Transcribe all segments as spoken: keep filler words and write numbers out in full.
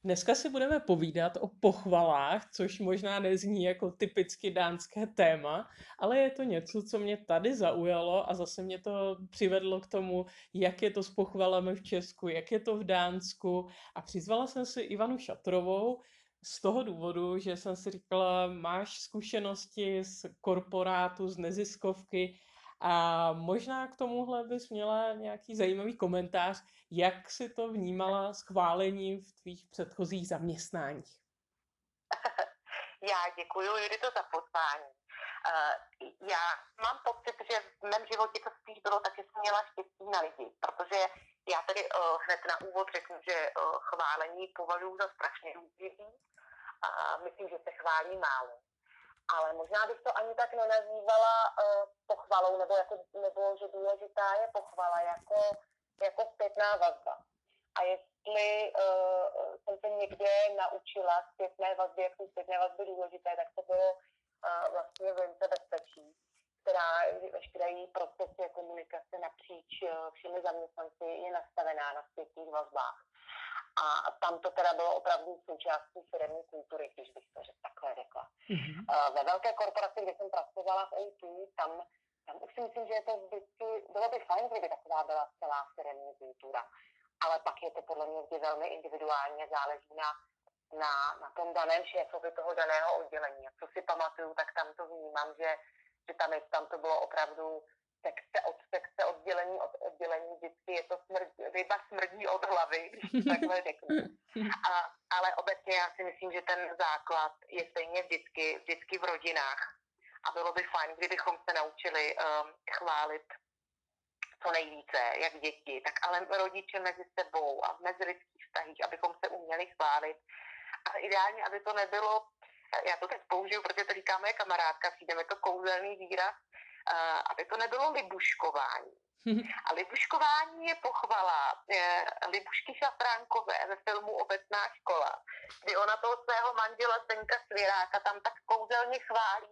Dneska si budeme povídat o pochvalách, což možná nezní jako typicky dánské téma, ale je to něco, co mě tady zaujalo a zase mě to přivedlo k tomu, jak je to s pochvalami v Česku, jak je to v Dánsku. A přizvala jsem si Ivanu Šatrovou z toho důvodu, že jsem si říkala, máš zkušenosti z korporátu, z neziskovky a možná k tomuhle bys měla nějaký zajímavý komentář, jak jsi to vnímala schválení v tvých předchozích zaměstnáních? Já děkuji Judito za pozvání. Uh, já mám pocit, že v mém životě to spíš bylo tak, že jsem měla štěstí na lidi, protože já tady uh, hned na úvod řeknu, že uh, chválení považuji za strašně důležitý a myslím, že se chválí málo. Ale možná bych to ani tak nenazývala uh, pochvalou, nebo, jako, nebo že důležitá je pochvala jako, jako zpětná vazba. A jestli uh, jsem se někde naučila zpětné vazby, jak jsou zpětné vazby důležité, tak to bylo uh, vlastně v lince bezpečí, která veškerý proces komunikace napříč uh, všemi zaměstnanci je nastavená na zpětných vazbách. A tam to teda bylo opravdu součástí firemní kultury, když bych to řek, takhle řekla. Mm-hmm. Uh, ve velké korporaci, kde jsem pracovala v ó dva, tam, tam už si myslím, že je to vždycky, bylo by fajn, kdyby taková byla celá firemní kultura. Ale pak je to podle mě vždy velmi individuálně, záleží na, na, na tom daném šéfovi toho daného oddělení. A co si pamatuju, tak tam to vnímám, že, že tam, je, tam to bylo opravdu sekce od sekce, oddělení od oddělení, vždycky je to smrd, ryba smrdí od hlavy, když to takhle řeknu. A, ale obecně já si myslím, že ten základ je stejně vždycky, vždycky v rodinách. A bylo by fajn, kdybychom se naučili um, chválit co nejvíce, jak děti, tak ale rodiče mezi sebou a v mezilidských vztahích, abychom se uměli chválit. A ideálně, aby to nebylo, já to teď použiju, protože to říká moje kamarádka, přijde mi to kouzelný výraz, uh, aby to nebylo libuškování. A libuškování je pochvala Libušky Šafránkové ve filmu Obecná škola, kdy ona toho svého manžela Zdeňka Svěráka tam tak kouzelně chválí,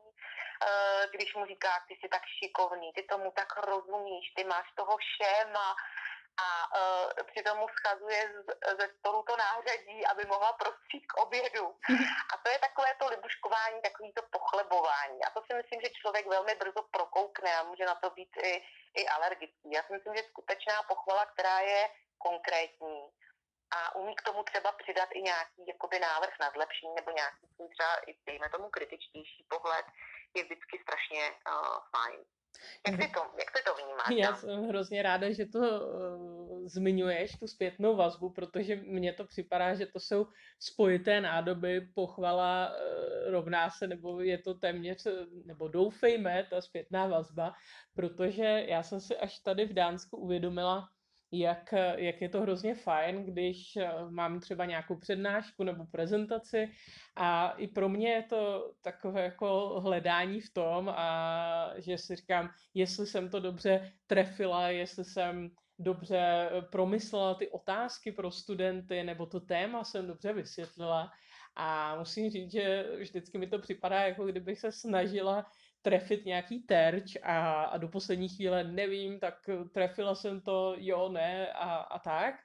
když mu říká, ty jsi tak šikovný, ty tomu tak rozumíš, ty máš toho šéma a uh, přitom mu schazuje z, ze stolu to nářadí, aby mohla prostřít k obědu. A to je takové to libuškování, takový to pochlebování. A to si myslím, že člověk velmi brzo prokoukne a může na to být i, i alergický. Já si myslím, že skutečná pochvala, která je konkrétní a umí k tomu třeba přidat i nějaký jakoby návrh na zlepšení nebo nějaký svůj třeba i dejme tomu kritičtější pohled, je vždycky strašně uh, fajn. Jak ty to, jak ty to vnímáš? Já jsem hrozně ráda, že to uh, zmiňuješ, tu zpětnou vazbu, protože mně to připadá, že to jsou spojité nádoby, pochvala uh, rovná se, nebo je to téměř, nebo doufejme, ta zpětná vazba, protože já jsem si až tady v Dánsku uvědomila, jak, jak je to hrozně fajn, když mám třeba nějakou přednášku nebo prezentaci a i pro mě je to takové jako hledání v tom a že si říkám, jestli jsem to dobře trefila, jestli jsem dobře promyslela ty otázky pro studenty nebo to téma jsem dobře vysvětlila a musím říct, že vždycky mi to připadá, jako kdybych se snažila trefit nějaký terč a, a do poslední chvíle nevím, tak trefila jsem to, jo, ne a, a tak.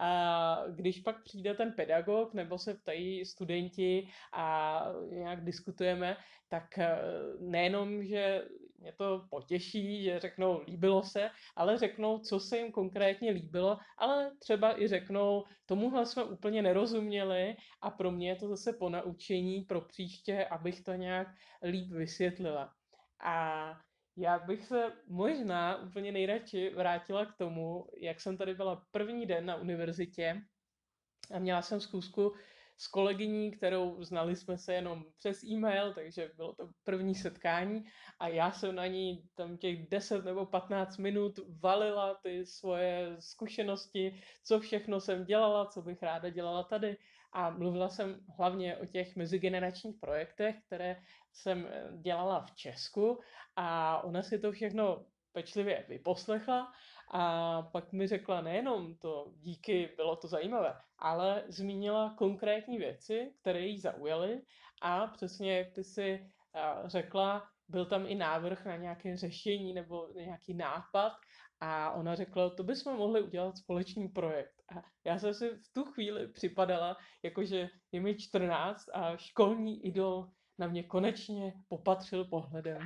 A když pak přijde ten pedagog nebo se ptají studenti a nějak diskutujeme, tak nejenom, že mě to potěší, že řeknou líbilo se, ale řeknou, co se jim konkrétně líbilo, ale třeba i řeknou, tomuhle jsme úplně nerozuměli a pro mě je to zase ponaučení pro příště, abych to nějak líp vysvětlila. A já bych se možná úplně nejradši vrátila k tomu, jak jsem tady byla první den na univerzitě a měla jsem zkusku s kolegyní, kterou znali jsme se jenom přes e-mail, takže bylo to první setkání a já jsem na ní tam těch deset nebo patnáct minut valila ty svoje zkušenosti, co všechno jsem dělala, co bych ráda dělala tady a mluvila jsem hlavně o těch mezigeneračních projektech, které jsem dělala v Česku a ona si to všechno pečlivě vyposlechla a pak mi řekla nejenom to díky, bylo to zajímavé, ale zmínila konkrétní věci, které jí zaujaly a přesně jak ty si řekla, byl tam i návrh na nějaké řešení nebo nějaký nápad A ona řekla, to bychom mohli udělat společný projekt. A já jsem si v tu chvíli připadala, jakože je mi čtrnáct a školní idol na mě konečně popatřil pohledem.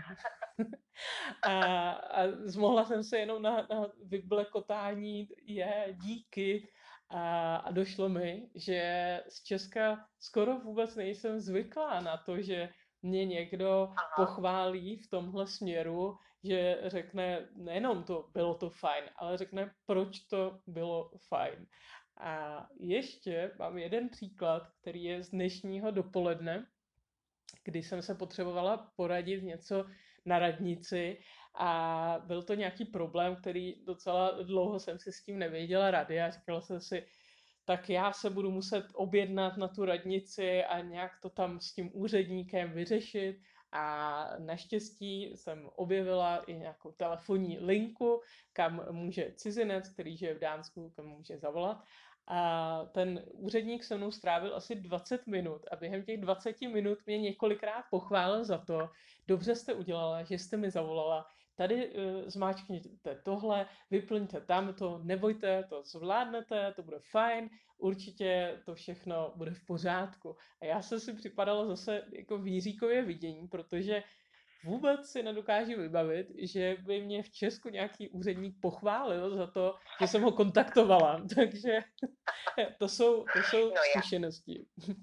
a, a zmohla jsem se jenom na, na vyblekotání je díky a, a došlo mi, že z Česka skoro vůbec nejsem zvyklá na to, že mě někdo Aha. pochválí v tomhle směru, že řekne nejenom to, bylo to fajn, ale řekne, proč to bylo fajn. A ještě mám jeden příklad, který je z dnešního dopoledne, kdy jsem se potřebovala poradit něco na radnici a byl to nějaký problém, který docela dlouho jsem si s tím nevěděla rady a říkala jsem si, tak já se budu muset objednat na tu radnici a nějak to tam s tím úředníkem vyřešit. A naštěstí jsem objevila i nějakou telefonní linku, kam může cizinec, který žije v Dánsku, kam může zavolat. A ten úředník se mnou strávil asi dvacet minut a během těch dvaceti minut mě několikrát pochválil za to, dobře jste udělala, že jste mi zavolala, tady uh, zmáčkněte tohle, vyplňte tamto, nebojte, to zvládnete, to bude fajn, určitě to všechno bude v pořádku. A já jsem si připadala zase jako výříkově vidění, protože vůbec si nedokážu vybavit, že by mě v Česku nějaký úředník pochválil za to, že jsem ho kontaktovala. Takže to jsou, to jsou No já. zkušenosti.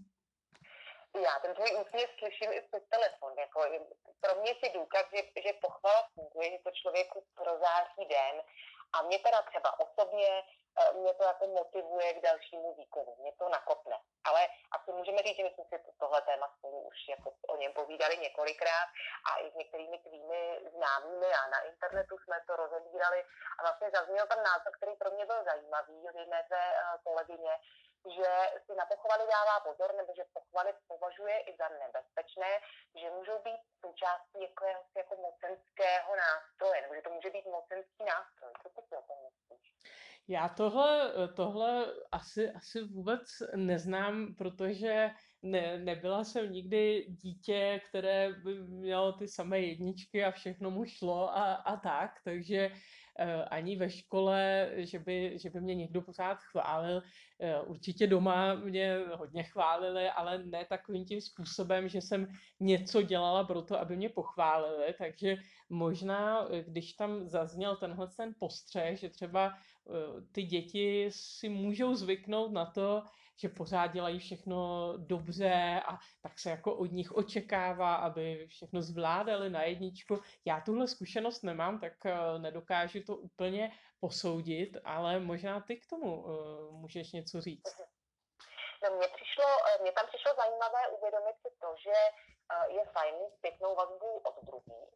Já ten tvůj úsměv slyším i přes telefon. Jako, pro mě si důkaz, že, že pochvala funguje, že to člověku prozáří den. A mě teda třeba osobně, mě to jako motivuje k dalšímu výkonu. Mě to nakopne. Ale asi můžeme říct, že my jsme si tohle téma spolu už jako o něm povídali několikrát a i s některými tvými známými a na internetu jsme to rozebírali. A vlastně zazněl tam názor, který pro mě byl zajímavý, od jedné té kolegyně, že si na pochvaly dává pozor, nebo že pochvaly považuje i za nebezpečné, že můžou být součástí jako, jako mocenského nástroje, nebo že to může být mocenský nástroj. Co ty si o tom myslíš? Já tohle, tohle asi, asi vůbec neznám, protože ne, nebyla jsem nikdy dítě, které by mělo ty samé jedničky a všechno mu šlo a, a tak, takže eh, ani ve škole, že by, že by mě někdo pořád chválil. Eh, určitě doma mě hodně chválili, ale ne takovým tím způsobem, že jsem něco dělala pro to, aby mě pochválili, takže možná, když tam zazněl tenhle ten postřeh, že třeba ty děti si můžou zvyknout na to, že pořád dělají všechno dobře a tak se jako od nich očekává, aby všechno zvládali na jedničku. Já tuhle zkušenost nemám, tak nedokážu to úplně posoudit, ale možná ty k tomu uh, můžeš něco říct. No, mně, přišlo, mně tam přišlo zajímavé uvědomit si to, že je fajn zpětnou vazbu od druhých.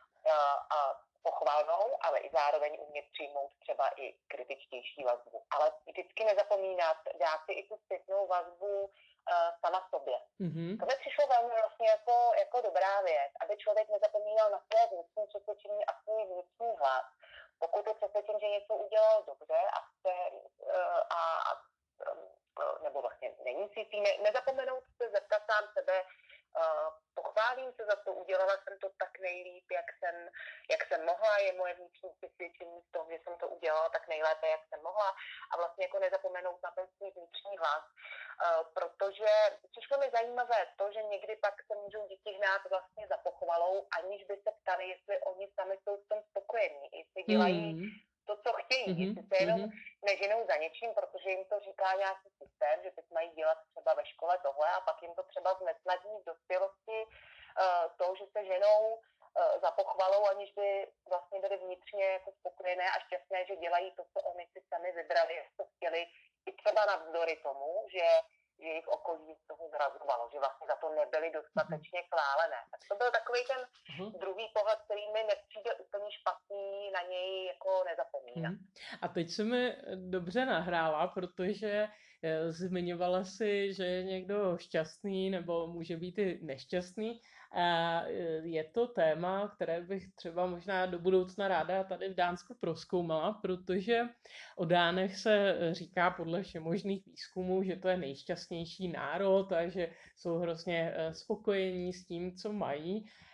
A pochválnou, ale i zároveň umět přijmout třeba i kritičtější vazbu. Ale vždycky nezapomínat dát si i tu zpětnou vazbu uh, sama sobě. Mm-hmm. To mi přišlo velmi vlastně jako, jako dobrá věc, aby člověk nezapomínal na své vnitřní přesvědčení a svůj vnitřní hlas. Pokud je přesvědčen, že něco udělal dobře a chce uh, a, a uh, nebo vlastně není si tím, nezapomenout se zeptat sám sebe, Uh, pochválím se za to, udělala jsem to tak nejlíp, jak jsem, jak jsem mohla, je moje vnitřní přesvědčení z toho, že jsem to udělala tak nejlépe, jak jsem mohla a vlastně jako nezapomenout na ten svůj vnitřní hlas, uh, protože přišlo mi zajímavé to, že někdy pak se můžou děti hnát vlastně za pochvalou, aniž by se ptali, jestli oni sami jsou v tom spokojení, jestli dělají mm. to, co chtějí, mm-hmm. jestli se jenom mm-hmm. neženou za něčím, protože jim to říká nějaký systém, že teď mají dělat třeba ve škole tohle a pak jim to třeba znesnadní v dospělosti uh, to, že se ženou uh, za pochvalou, aniž by vlastně byly vnitřně jako spokojené a šťastné, že dělají to, co oni si sami vybrali, jak to chtěli, i třeba navzdory tomu, že že jejich okolí z toho zrazovalo, že vlastně za to nebyly dostatečně chválené. Tak to byl takový ten uh-huh. druhý pohled, který mi nepřijde úplně špatný, na něj jako nezapomínat. Uh-huh. A teď se mi dobře nahrála, protože zmiňovala si, že je někdo šťastný nebo může být i nešťastný. A je to téma, které bych třeba možná do budoucna ráda tady v Dánsku prozkoumala, protože o Dánech se říká podle všemožných výzkumů, že to je nejšťastnější národ a že jsou hrozně spokojení s tím, co mají.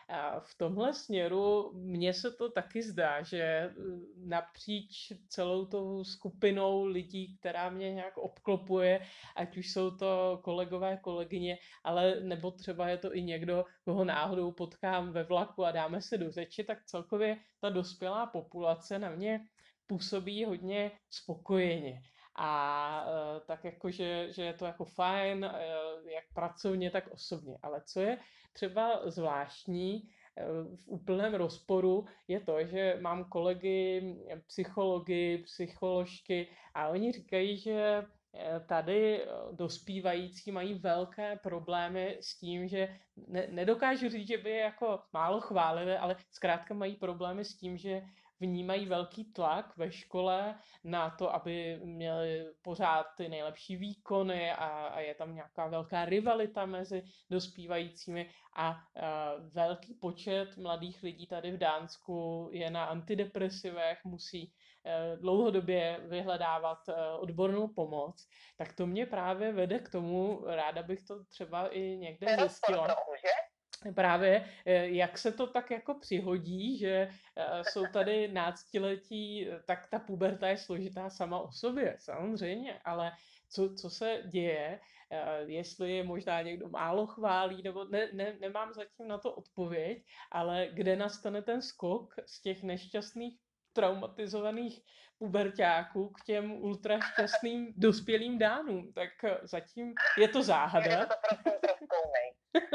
A v tomhle směru mně se to taky zdá, že eh, napříč celou tou skupinou lidí, která mě nějak obklopuje, ať už jsou to kolegové, kolegyně, ale nebo třeba je to i někdo, koho náhodou potkám ve vlaku a dáme se do řeči, tak celkově ta dospělá populace na mě působí hodně spokojeně. A e, tak jako, že, že je to jako fajn, e, jak pracovně, tak osobně. Ale co je třeba zvláštní, e, v úplném rozporu je to, že mám kolegy, psychology, psycholožky a oni říkají, že e, tady e, dospívající mají velké problémy s tím, že ne, nedokážu říct, že by je jako málo chválili, ale zkrátka mají problémy s tím, že vnímají velký tlak ve škole na to, aby měli pořád ty nejlepší výkony a, a je tam nějaká velká rivalita mezi dospívajícími a, a velký počet mladých lidí tady v Dánsku je na antidepresivech, musí e, dlouhodobě vyhledávat e, odbornou pomoc, tak to mě právě vede k tomu, ráda bych to třeba i někde zjistila. Trochu, že? Právě, eh, jak se to tak jako přihodí, že eh, jsou tady náctiletí, eh, tak ta puberta je složitá sama o sobě, samozřejmě, ale co, co se děje, eh, jestli je možná někdo málo chválí, nebo ne, ne, nemám zatím na to odpověď, ale kde nastane ten skok z těch nešťastných traumatizovaných puberťáků k těm ultra šťastným dospělým dánům, tak eh, zatím je to záhada. Je to prosím trošku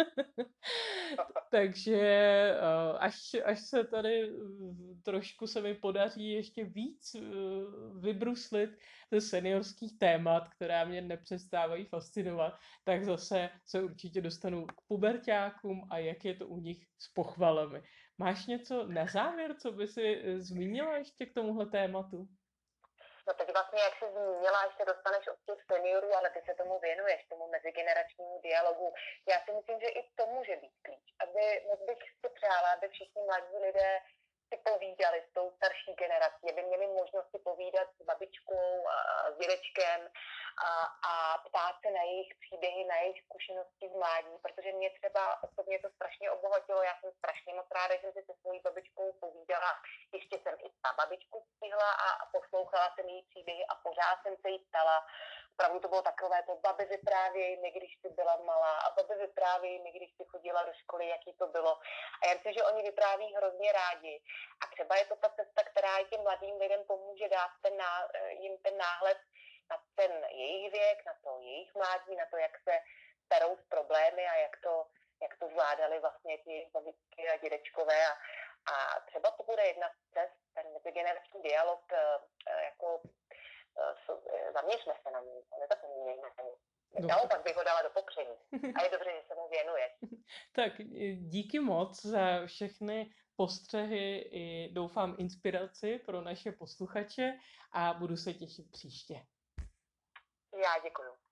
Takže eh, až, až se tady mm, trošku se mi podaří ještě víc eh, vybruslit ze seniorských témat, která mě nepřestávají fascinovat, tak zase se určitě dostanu k puberťákům a jak je to u nich s pochvalami. Máš něco na závěr, co by si eh, zmínila ještě k tomuhle tématu? No teď vlastně, jak jsi zmínila, až se dostaneš od těch seniorů, ale ty se tomu věnuješ, tomu mezigeneračnímu dialogu. Já si myslím, že i to může být klíč. Aby, moc bych si přála, aby všichni mladí lidé si povídali s tou starší generací, aby měli možnost si povídat s babičkou a s dědečkem a, a ptát se na jejich příběhy, na jejich zkušenosti z mládí, protože mě třeba osobně to strašně obohatilo. Já jsem strašně moc ráda, že jsem si se svojí babičkou povídala. Ještě jsem i ta babičku stihla a, a poslouchala jsem její příběhy a pořád jsem se jí ptala. Opravdu to bylo takové, to babi vyprávěj mi, když jsi byla malá a babi vyprávěj mi, když jsi chodila do školy, jaký to bylo. A já myslím, že oni vypráví hrozně rádi. A třeba je to ta cesta, která těm mladým lidem pomůže dát ten ná, jim ten náhled na ten jejich věk, na to jejich mládí, na to, jak se perou s problémy a jak to, jak to zvládali vlastně ti babičky a dědečkové. A, a třeba to bude jedna z cest, ten mezigenerační dialog, jako zaměřme se na něj, nezapomínejme na něj. Naopak bych ho dala do popředí. A je dobře, že se mu věnuješ. Tak díky moc za všechny postřehy i doufám inspiraci pro naše posluchače a budu se těšit příště. Já děkuju.